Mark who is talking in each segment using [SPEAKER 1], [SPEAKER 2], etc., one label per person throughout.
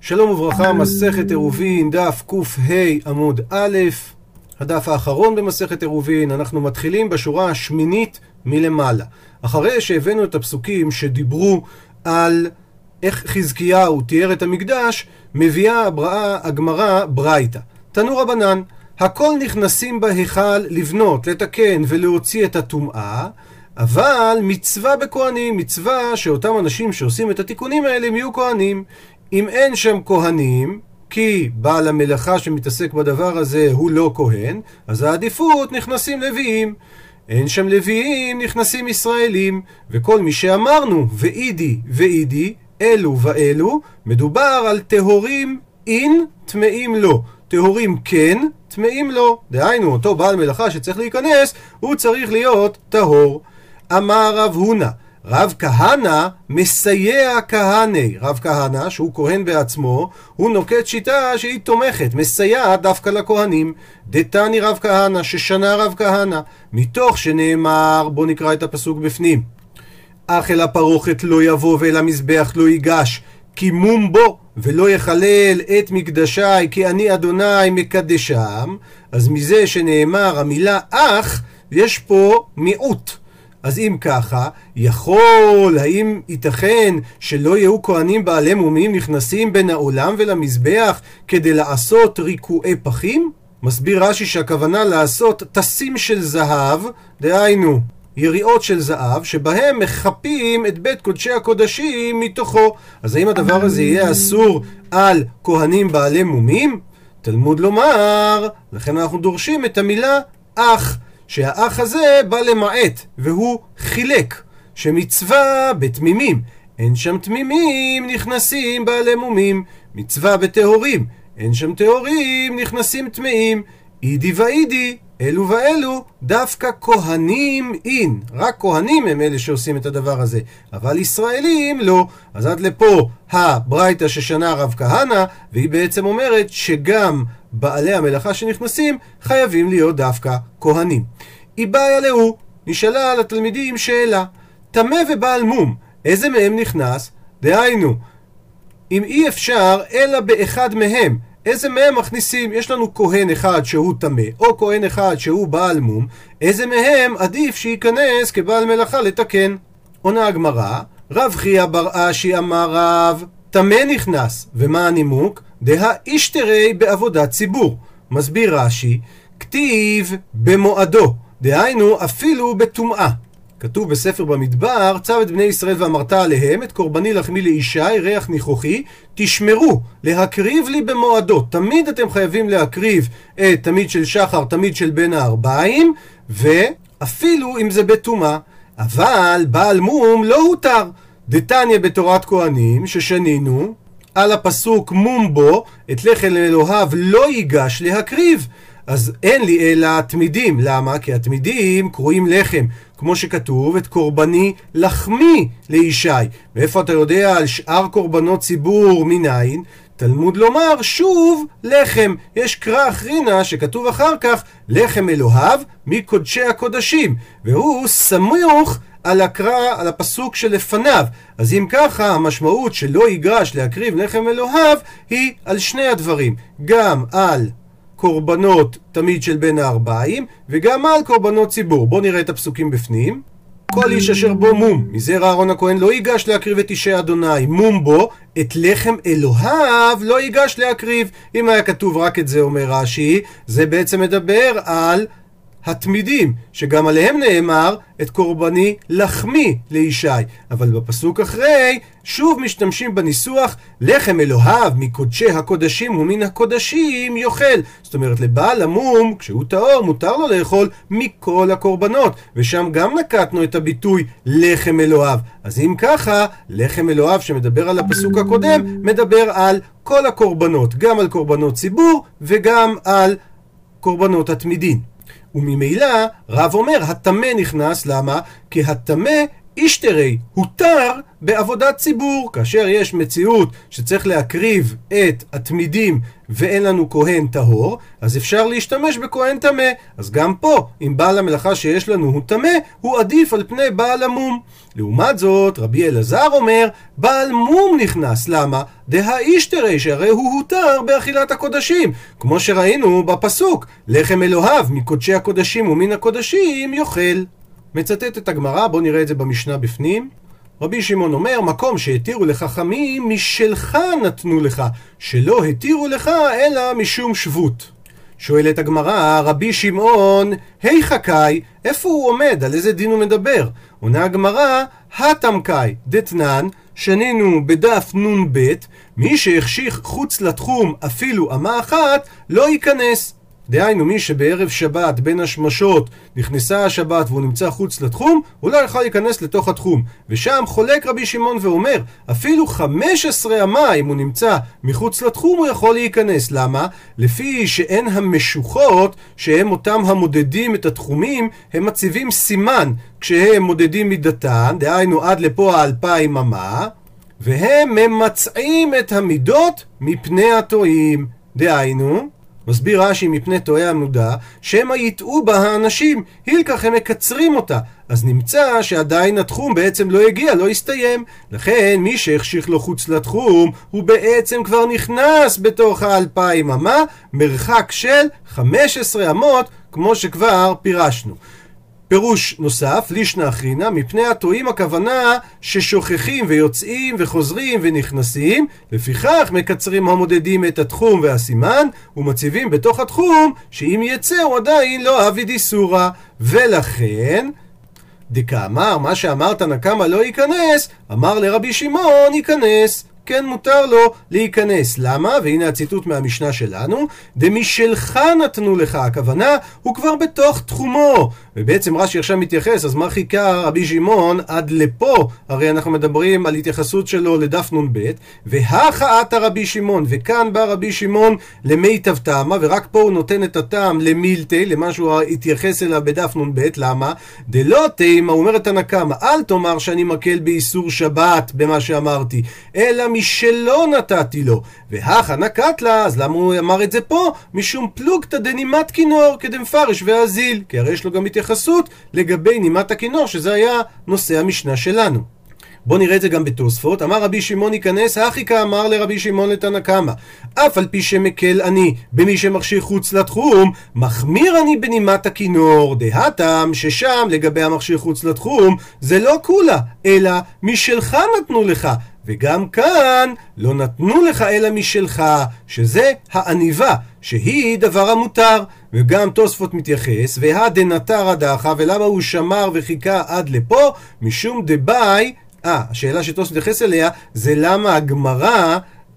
[SPEAKER 1] שלום וברכה, מסכת עירובין, דף ק"ה עמוד א', הדף האחרון במסכת עירובין. אנחנו מתחילים בשורה השמינית מלמעלה. אחרי שהבאנו את הפסוקים שדיברו על איך חזקיהו תיאר את המקדש, מביאה הגמרא ברייתא. תנו רבנן, הכל נכנסים בהיכל לבנות, לתקן ולהוציא את הטומאה, אבל מצווה בכהנים, מצווה שאותם אנשים שעושים את התיקונים האלה הם יהיו כהנים. אם אין שם כהנים, כי בעל המלאכה שמתעסק בדבר הזה הוא לא כהן, אז העדיפות נכנסים לוויים. אין שם לוויים, נכנסים ישראלים. וכל מי שאמרנו, ואידי, אלו ואלו, מדובר על טהורים אין, טמאים לא. טהורים כן, טמאים לא. דהיינו, אותו בעל מלאכה שצריך להיכנס, הוא צריך להיות טהור. אמר רב הונא, רב כהנא מסייע כהני. רב כהנא, שהוא כהן בעצמו, הוא נוקט שיטה שהיא תומכת, מסייע דווקא לכהנים. דתני רב כהנא, ששנה רב כהנא, מתוך שנאמר, בוא נקרא את הפסוק בפנים. אך אל הפרוכת לא יבוא ואל המזבח לא ייגש, כי מום בו ולא יחלל את מקדשי, כי אני אדוני מקדשם. אז מזה שנאמר המילה אך, יש פה מיעוט. אז אם ככה, האם ייתכן שלא יהיו כהנים בעלי מומים נכנסים בין העולם ולמזבח כדי לעשות ריקועי פחים? מסביר רש"י שהכוונה לעשות תסים של זהב, דהיינו יריעות של זהב, שבהם מחפים את בית קודשי הקודשים מתוכו. אז האם הדבר הזה יהיה אסור על כהנים בעלי מומים? תלמוד לומר, לכן אנחנו דורשים את המילה אח, שהאח הזה בא למעט, והוא חילק, שמצווה בתמימים, אין שם תמימים, נכנסים בעלי מומים. מצווה בטהורים, אין שם טהורים, נכנסים טמאים. אידי ואידי, אלו ואלו, דווקא כהנים אין. רק כהנים הם אלה שעושים את הדבר הזה, אבל ישראלים לא. אז עד לפה הברייתא ששנה רב כהנא, והיא בעצם אומרת שגם בעלי המלאכה שנכנסים חייבים להיות דווקא כהנים. היא באה לו, נשאלה על התלמידים שאלה, טמא ובעל מום, איזה מהם נכנס? דהיינו, אם אי אפשר אלא באחד מהם, איזה מהם מכניסים? יש לנו כהן אחד שהוא טמא, או כהן אחד שהוא בעל מום, איזה מהם עדיף שייכנס כבעל מלאכה לתקן? עונה הגמרא, רב חייא בר אשי אמר רב, טמא נכנס. ומה הנימוק? דה אישתרי בעבודת ציבור. מסביר רש"י, כתיב במועדו, דהיינו אפילו בטומאה. כתוב בספר במדבר, צו את בני ישראל ואמרת עליהם, את קורבני לחמי לישי, ריח ניחוחי, תשמרו, להקריב לי במועדו. תמיד אתם חייבים להקריב את תמיד של שחר, תמיד של בין הערביים, ואפילו אם זה בטומאה. אבל בעל מום לא הותר. דתניא בתורת כהנים ששנינו על הפסוק מום בו, את לחם אלוהיו לא ייגש להקריב. אז אין לי אלא תמידים. למה? כי התמידים קרויים לחם, כמו שכתוב את קורבני לחמי לישי. ואיפה אתה יודע על שאר קורבנות ציבור מניין? תלמוד לומר שוב לחם. יש קרא אחרינה שכתוב אחר כך לחם אלוהיו מקודשי הקודשים, והוא סמוך על הקרא, על הפסוק שלפניו. אז אם ככה, המשמעות שלא ייגש להקריב לחם אלוהיו היא על שני הדברים, גם על קורבנות תמיד של בין הערביים וגם על קורבנות ציבור. בואו נראה את הפסוקים בפנים. כל איש אשר בו מום מזרע אהרון הכהן לא ייגש להקריב את אישי אדוני, מום בו את לחם אלוהיו לא ייגש להקריב. אם היה כתוב רק את זה, אומר רש"י, זה בעצם מדבר על התמידים, שגם עליהם נאמר את קורבני לחמי לישי. אבל בפסוק אחרי שוב משתמשים בניסוח לחם אלוהיו מקודשי הקודשים ומן הקודשים יאכל. זאת אומרת, לבעל המום כשהוא טהור מותר לו לאכול מכל הקורבנות, ושם גם נקטנו את הביטוי לחם אלוהיו. אז אם ככה, לחם אלוהיו שמדבר על הפסוק הקודם מדבר על כל הקורבנות, גם על קורבנות ציבור וגם על קורבנות התמידים. וממילא רב אומר הטמא נכנס. למה? כי הטמא אישתרי הותר בעבודת ציבור. כאשר יש מציאות שצריך להקריב את התמידים ואין לנו כהן טהור, אז אפשר להשתמש בכהן טמא. אז גם פה, אם בעל המלאכה שיש לנו הוא טמא, הוא עדיף על פני בעל המום. לעומת זאת, רבי אלעזר אומר, בעל מום נכנס. למה? דהאישתרי, שהרי הוא הותר באכילת הקודשים, כמו שראינו בפסוק, לחם אלוהיו מקודשי הקודשים ומן הקודשים יאכל. מצטט את הגמרא, בוא נראה את זה במשנה בפנים. רבי שמעון אומר, מקום שהתירו לך חכמים, משלך נתנו לך, שלא התירו לך אלא משום שבות. שואלת הגמרא, רבי שמעון, היכא קאי, איפה הוא עומד? על איזה דין הוא מדבר? עונה הגמרא, התם קאי, דתנן, שנינו בדף נ"ב, מי שהחשיך חוץ לתחום אפילו אמה אחת, לא ייכנס. דהיינו, מי שבערב שבת בין השמשות נכנסה השבת והוא נמצא חוץ לתחום, הוא לא יכול להיכנס לתוך התחום. ושם חולק רבי שמעון ואומר, אפילו 15 אמה אם הוא נמצא מחוץ לתחום הוא יכול להיכנס. למה? לפי שאין המשוחות, שהם אותם המודדים את התחומים, הם מציבים סימן כשהם מודדים מידתן, דהיינו עד לפה 2000 אמה, והם ממצעים את המידות מפני הטועים. דהיינו, מסביר רש"י מפני טועי המודע, שמא יטעו בה האנשים, הילקח הם מקצרים אותה, אז נמצא שעדיין התחום בעצם לא הגיע, לא הסתיים. לכן מי שהחשיך לו חוץ לתחום, הוא בעצם כבר נכנס בתוך 2000 אמה, מרחק של 15 אמות, כמו שכבר פירשנו. פירוש נוסף, לישנא אחרינא, מפני הטועים הכוונה ששוכחים ויוצאים וחוזרים ונכנסים, לפיכך מקצרים המודדים את התחום והסימן, ומציבים בתוך התחום שאם יצא הוא עדיין לא עביד איסורא. ולכן דקאמר, מה שאמר תנא קמא לא ייכנס, אמר לרבי שמעון ייכנס. כן מותר לו להיכנס. למה? והנה הציטוט מהמשנה שלנו, דמשלך נתנו לך, הכוונה הוא כבר בתוך תחומו. ובעצם רש"י עכשיו מתייחס, אז מה חיכה רבי שמעון עד לפה? הרי אנחנו מדברים על התייחסות שלו לדף נ"ב, והכאת רבי שמעון, וכאן בא רבי שמעון למיטב טעמה, ורק פה הוא נותן את הטעם למילתי, למה שהוא התייחס אליו בדף נ"ב. למה? דלא תימא, הוא אומר את תנא קמא, אל תאמר שאני מקל באיסור שבת במה שאמרתי, אלא משלא נתתי לו, והכא נקט לה. אז למה הוא אמר את זה פה? משום פלוגתא דנימת כינור כדמפרש ואזיל, כי הרי יש לו גם התייחסות לגבי נימת הכינור, שזה היה נושא המשנה שלנו. בוא נראה את זה גם בתוספות. אמר רבי שמעון ייכנס, הכי אמר לרבי שמעון לתנא קמא, אף על פי שמקל אני במי שמכשיר חוץ לתחום, מחמיר אני בנימת הכינור. דהתם ששם לגבי המכשיר חוץ לתחום זה לא כולה, אלא משלך נתנו לך, וגם כאן לא נתנו לך אלא משלך, שזה העניבה, שהיא דבר המותר. וגם תוספות מתייחס, והדנתרא דאחא, ולמה הוא שמר וחיכה עד לפה? משום דבאי, השאלה שתוספות מתייחס אליה, זה למה הגמרא,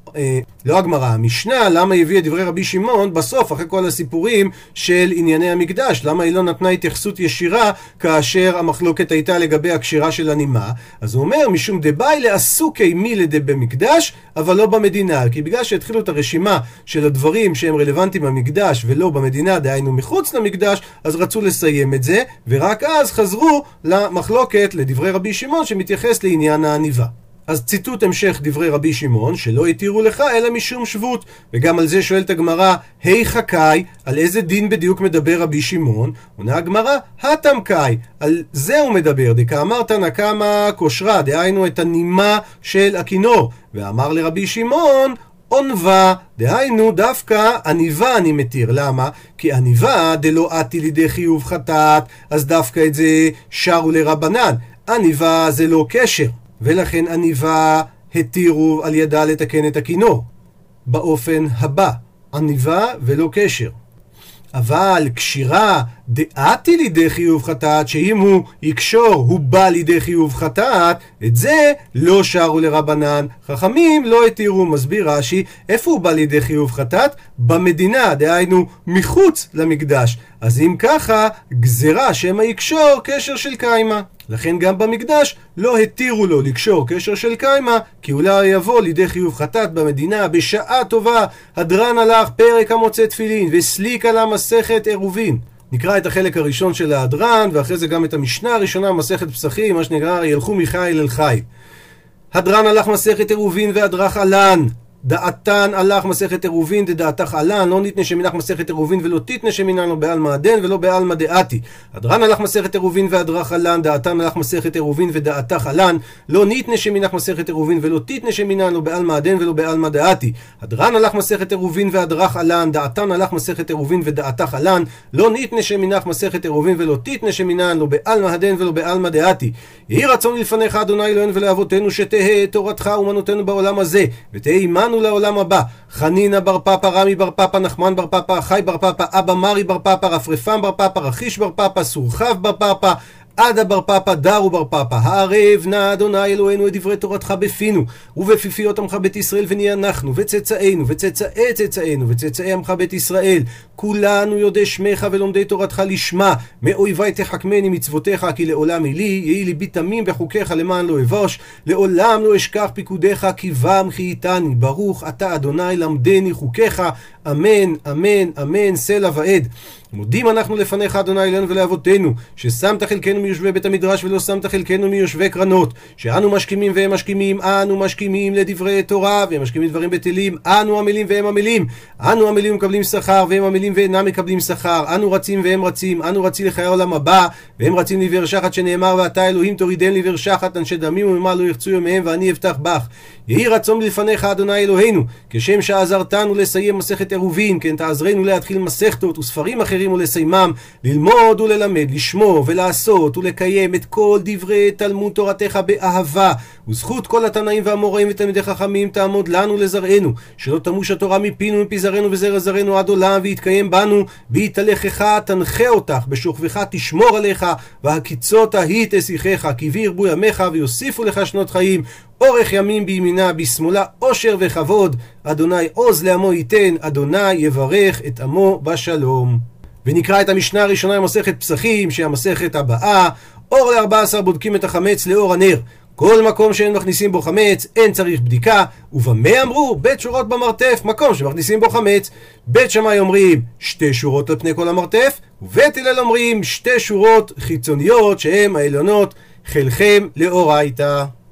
[SPEAKER 1] לא הגמרא, המשנה, למה הביא את דברי רבי שמעון בסוף, אחרי כל הסיפורים של ענייני המקדש? למה היא לא נתנה התייחסות ישירה כאשר המחלוקת הייתה לגבי הקשירה של הנימה? אז הוא אומר, משום דבאי לעסוקי מילדי במקדש, אבל לא במדינה. כי בגלל שהתחילו את הרשימה של הדברים שהם רלוונטיים במקדש ולא במדינה, דהיינו מחוץ למקדש, אז רצו לסיים את זה, ורק אז חזרו למחלוקת לדברי רבי שמעון שמתייחס לעניין העניבה. אז ציטוט המשך דברי רבי שמעון, שלא התירו לך אלא משום שבות. וגם על זה שואלת הגמרא, היכא קאי, על איזה דין בדיוק מדבר רבי שמעון? עונה הגמרא, התם קאי, על זה הוא מדבר. דקאמר תנא קמא קושרה, דהיינו את הנימה של הכינור, ואמר לרבי שמעון עונבה, דהיינו דווקא עניבה אני מתיר. למה? כי עניבה דלא אתי לידי חיוב חטאת, אז דווקא את זה שרו לרבנן. עניבה זה לא קשר, ולכן עניבה התירו על ידה לתקן את הכינור באופן הבא, עניבה ולא קשר. אבל קשירה דאתי לידי חיוב חטאת, שאם הוא יקשור הוא בא לידי חיוב חטאת, את זה לא שרו לרבנן, חכמים לא התירו. מסביר רש"י, איפה הוא בא לידי חיוב חטאת? במדינה, דהיינו מחוץ למקדש. אז אם ככה, גזרה שמא יקשור קשר של קיימה. לכן גם במקדש לא התירו לו לקשור קשר של קיימה, כי אולי יבוא לידי חיוב חטאת במדינה. בשעה טובה הדרן הלך פרק המוצא תפילין וסליק על המסכת עירובין, נקרא את החלק הראשון של ההדרן, ואחרי זה גם את המשנה הראשונה במסכת פסחים, מה שנקרא ילכו מחיל אל חיל. הדרן הלך מסכת עירובין והדרך עלן. דעתן הלך מסכת עירובין דדעתך עלן, לא ניתנה שמינך מסכת עירובין ולא תתנה שמינן לא בעלמא דן ולא בעלמא דעתי. הדרן הלך מסכת עירובין והדרך עלן, דעתן הלך מסכת עירובין ודעתך עלן, לא ניתנה שמינך מסכת עירובין ולא תתנה שמינן לא בעלמא דן ולא בעלמא דעתי. הדרן הלך מסכת עירובין והדרך עלן, דעתן הלך מסכת עירובין ודעתך עלן, לא ניתנה שמינך מסכת עירובין ולא תתנה שמינן לא בעלמא דן ולא בעלמא דעתי. יהי רצון לפניך אדוני אלוהינו ולאבותינו שתהא תורתך אומנותנו בעולם הזה ותהא עמנו לעולם הבא. חנינא בר פפא, רמי בר פפא, נחמן בר פפא, חי בר פפא, אבא מרי בר פפא, רפרפם בר פפא, רכיש בר פפא, סורחב בר פפא, עדה בר פפא, דרו בר פפא. הערב נא אדוני אלוהינו את דברי תורתך בפינו ובפיפיות עמך בית ישראל, ונהיה אנחנו וצאצאינו וצאצאי צאצאינו וצאצאי עמך בית ישראל כולנו יודעי שמך ולומדי תורתך לשמה. מאויבי תחכמני מצוותיך, כי לעולם היא לי. יהי ליבי תמים בחוקיך למען לא אבוש, לעולם לא אשכח פיקודיך, כי בם חייתני. ברוך אתה אדוני למדני חוקיך, אמן אמן אמן סלע ועד. מודים אנחנו לפניך אדוני אלינו ולאבותינו, ששמת חלקנו מיושבי בית המדרש ולא שמת חלקנו מיושבי קרנות, שאנו משכימים והם משכימים, אנו משכימים לדברי תורה והם משכימים דברים בטלים, אנו עמלים והם עמלים, אנו עמלים ומקבלים שכר והם עמלים ואינם מקבלים שכר, אנו רצים והם רצים, אנו רצים לחיי העולם הבא והם רצים לעבר שחת, שנאמר ואתה אלוהים תורידן לעבר שחת, אנשי דמים וממה לא יחצו ימיהם ואני אבטח בך. יהי רצון לפניך אדוני אלוהינו, כשם שעזרתנו לסיים מסכת עירובין, כן תעזרנו להתחיל מסכתות וספרים אחרים ולסיימם, ללמוד וללמד, לשמור ולעשות ולקיים את כל דברי תלמוד תורתך באהבה, וזכות כל התנאים והאמוראים ותלמידי חכמים תעמוד לנו לזרענו, שלא תמוש התורה מפינו ומפי זרענו וזרע זרענו עד עולם, ויתקיים בנו, בהתהלכך תנחה אותך, בשוכבך תשמור עליך, והקיצות ההיא תשיחך, כי וירבו ימיך ויוסיפו לך שנות חיים, אורך ימים בימינה, בשמאלה אושר וכבוד. אדוני עוז לעמו ייתן, אדוני יברך את עמו בשלום. ונקרא את המשנה הראשונה במסכת פסחים, שהמסכת הבאה. אור ל14 בודקים את החמץ לאור הנר. כל מקום שאין מכניסים בו חמץ אין צריך בדיקה. ובמה אמרו? בית שורות במרתף, מקום שמכניסים בו חמץ. בית שמאי אומרים 2 שורות על פני כל המרתף, ובית הלל אומרים 2 שורות חיצוניות שהן העליונות. חלחם לאורייתא.